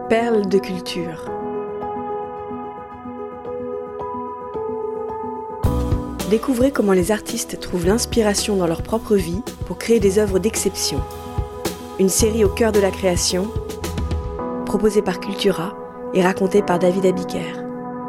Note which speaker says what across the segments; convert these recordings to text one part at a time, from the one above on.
Speaker 1: Perles de culture. Découvrez comment les artistes trouvent l'inspiration dans leur propre vie pour créer des œuvres d'exception. Une série au cœur de la création, proposée par Cultura et racontée par David Abiker.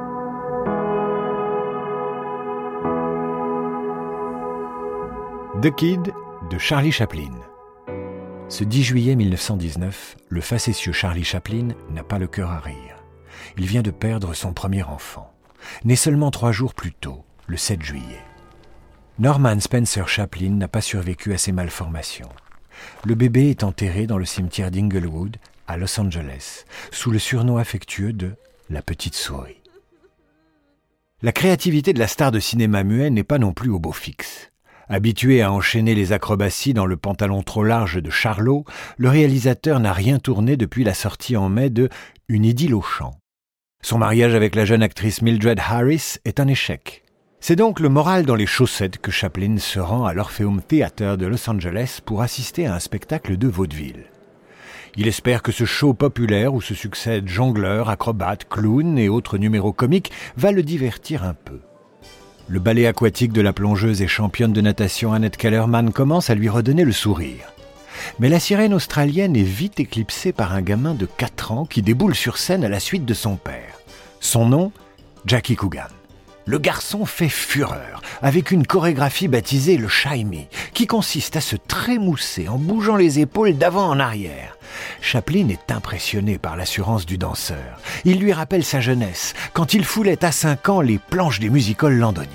Speaker 2: The Kid de Charlie Chaplin. Ce 10 juillet 1919, le facétieux Charlie Chaplin n'a pas le cœur à rire. Il vient de perdre son premier enfant, né seulement 3 jours plus tôt, le 7 juillet. Norman Spencer Chaplin n'a pas survécu à ces malformations. Le bébé est enterré dans le cimetière d'Inglewood, à Los Angeles, sous le surnom affectueux de « la petite souris ». La créativité de la star de cinéma muet n'est pas non plus au beau fixe. Habitué à enchaîner les acrobaties dans le pantalon trop large de Charlot, le réalisateur n'a rien tourné depuis la sortie en mai de « Une idylle aux champs ». Son mariage avec la jeune actrice Mildred Harris est un échec. C'est donc le moral dans les chaussettes que Chaplin se rend à l'Orpheum Theatre de Los Angeles pour assister à un spectacle de vaudeville. Il espère que ce show populaire où se succèdent jongleurs, acrobates, clowns et autres numéros comiques va le divertir un peu. Le ballet aquatique de la plongeuse et championne de natation Annette Kellerman commence à lui redonner le sourire. Mais la sirène australienne est vite éclipsée par un gamin de 4 ans qui déboule sur scène à la suite de son père. Son nom, Jackie Coogan. Le garçon fait fureur, avec une chorégraphie baptisée le Shy Me, qui consiste à se trémousser en bougeant les épaules d'avant en arrière. Chaplin est impressionné par l'assurance du danseur. Il lui rappelle sa jeunesse, quand il foulait à 5 ans les planches des music-halls londoniens.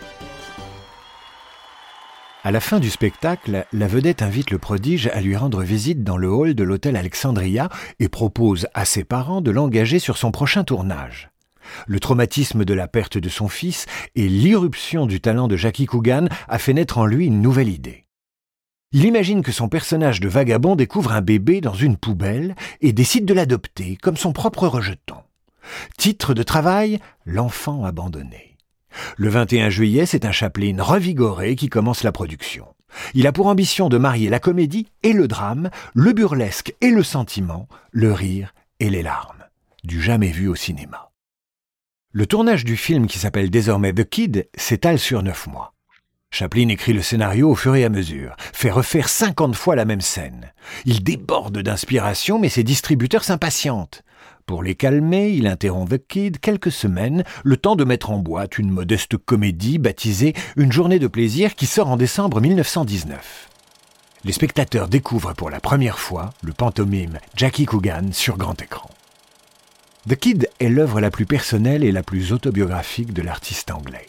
Speaker 2: À la fin du spectacle, la vedette invite le prodige à lui rendre visite dans le hall de l'hôtel Alexandria et propose à ses parents de l'engager sur son prochain tournage. Le traumatisme de la perte de son fils et l'irruption du talent de Jackie Coogan a fait naître en lui une nouvelle idée. Il imagine que son personnage de vagabond découvre un bébé dans une poubelle et décide de l'adopter comme son propre rejeton. Titre de travail, l'enfant abandonné. Le 21 juillet, c'est un Chaplin revigoré qui commence la production. Il a pour ambition de marier la comédie et le drame, le burlesque et le sentiment, le rire et les larmes. Du jamais vu au cinéma. Le tournage du film, qui s'appelle désormais The Kid, s'étale sur 9 mois. Chaplin écrit le scénario au fur et à mesure, fait refaire 50 fois la même scène. Il déborde d'inspiration, mais ses distributeurs s'impatientent. Pour les calmer, il interrompt The Kid quelques semaines, le temps de mettre en boîte une modeste comédie baptisée « Une journée de plaisir » qui sort en décembre 1919. Les spectateurs découvrent pour la première fois le pantomime Jackie Coogan sur grand écran. The Kid est l'œuvre la plus personnelle et la plus autobiographique de l'artiste anglais.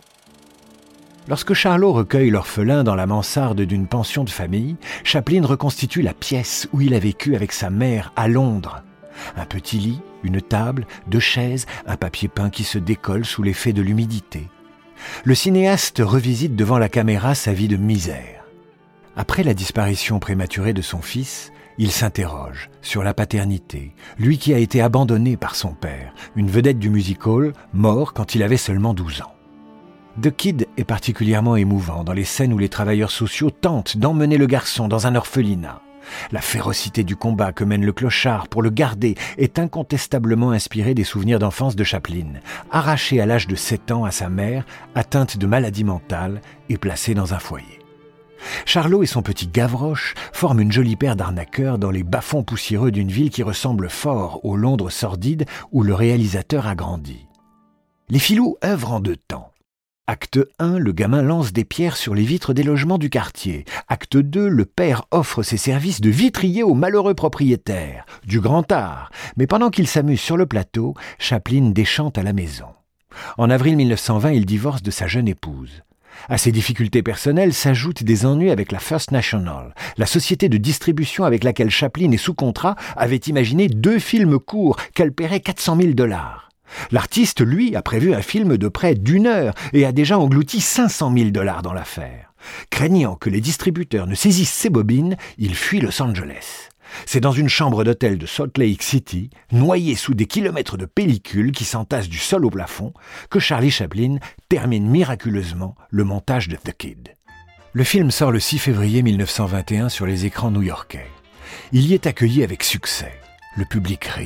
Speaker 2: Lorsque Charlot recueille l'orphelin dans la mansarde d'une pension de famille, Chaplin reconstitue la pièce où il a vécu avec sa mère à Londres. Un petit lit, une table, 2 chaises, un papier peint qui se décolle sous l'effet de l'humidité. Le cinéaste revisite devant la caméra sa vie de misère. Après la disparition prématurée de son fils, il s'interroge sur la paternité, lui qui a été abandonné par son père, une vedette du music-hall, mort quand il avait seulement 12 ans. The Kid est particulièrement émouvant dans les scènes où les travailleurs sociaux tentent d'emmener le garçon dans un orphelinat. La férocité du combat que mène le clochard pour le garder est incontestablement inspirée des souvenirs d'enfance de Chaplin, arraché à l'âge de 7 ans à sa mère, atteinte de maladie mentale et placée dans un foyer. Charlot et son petit Gavroche forment une jolie paire d'arnaqueurs dans les bas-fonds poussiéreux d'une ville qui ressemble fort au Londres sordide où le réalisateur a grandi. Les filous œuvrent en 2 temps. Acte 1, le gamin lance des pierres sur les vitres des logements du quartier. Acte 2, le père offre ses services de vitrier aux malheureux propriétaires. Du grand art. Mais pendant qu'il s'amuse sur le plateau, Chaplin déchante à la maison. En avril 1920, il divorce de sa jeune épouse. À ces difficultés personnelles s'ajoutent des ennuis avec la First National. La société de distribution avec laquelle Chaplin est sous contrat avait imaginé 2 films courts qu'elle paierait $400 000. L'artiste, lui, a prévu un film de près d'1 heure et a déjà englouti $500 000 dans l'affaire. Craignant que les distributeurs ne saisissent ses bobines, il fuit Los Angeles. C'est dans une chambre d'hôtel de Salt Lake City, noyé sous des kilomètres de pellicules qui s'entassent du sol au plafond, que Charlie Chaplin termine miraculeusement le montage de The Kid. Le film sort le 6 février 1921 sur les écrans new-yorkais. Il y est accueilli avec succès. Le public rit,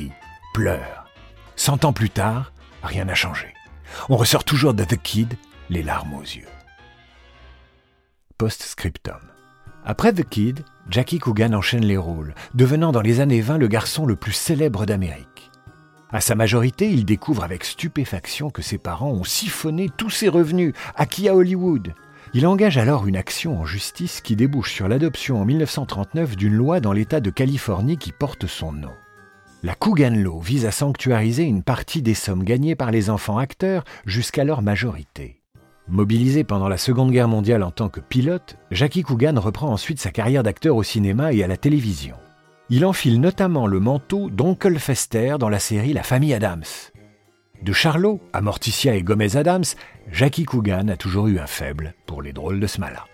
Speaker 2: pleure. 100 ans plus tard, rien n'a changé. On ressort toujours de The Kid, les larmes aux yeux. Post-scriptum. Après The Kid, Jackie Coogan enchaîne les rôles, devenant dans les années 20 le garçon le plus célèbre d'Amérique. À sa majorité, il découvre avec stupéfaction que ses parents ont siphonné tous ses revenus, acquis à Hollywood. Il engage alors une action en justice qui débouche sur l'adoption en 1939 d'une loi dans l'État de Californie qui porte son nom. La Coogan Law vise à sanctuariser une partie des sommes gagnées par les enfants acteurs jusqu'à leur majorité. Mobilisé pendant la Seconde Guerre mondiale en tant que pilote, Jackie Coogan reprend ensuite sa carrière d'acteur au cinéma et à la télévision. Il enfile notamment le manteau d'Oncle Fester dans la série La Famille Addams. De Charlot à Morticia et Gomez Addams, Jackie Coogan a toujours eu un faible pour les drôles de Smala.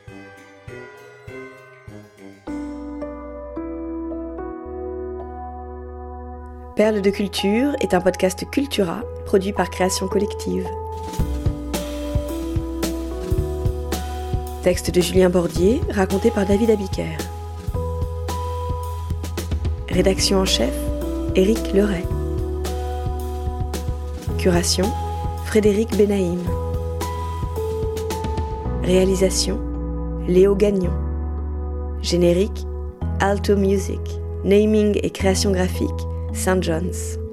Speaker 1: Perles de culture est un podcast Cultura produit par Création Collective. Texte de Julien Bordier, raconté par David Abiker. Rédaction en chef, Éric Leray. Curation, Frédéric Benaïm. Réalisation, Léo Gagnon. Générique, Alto Music. Naming et création graphique, St. John's.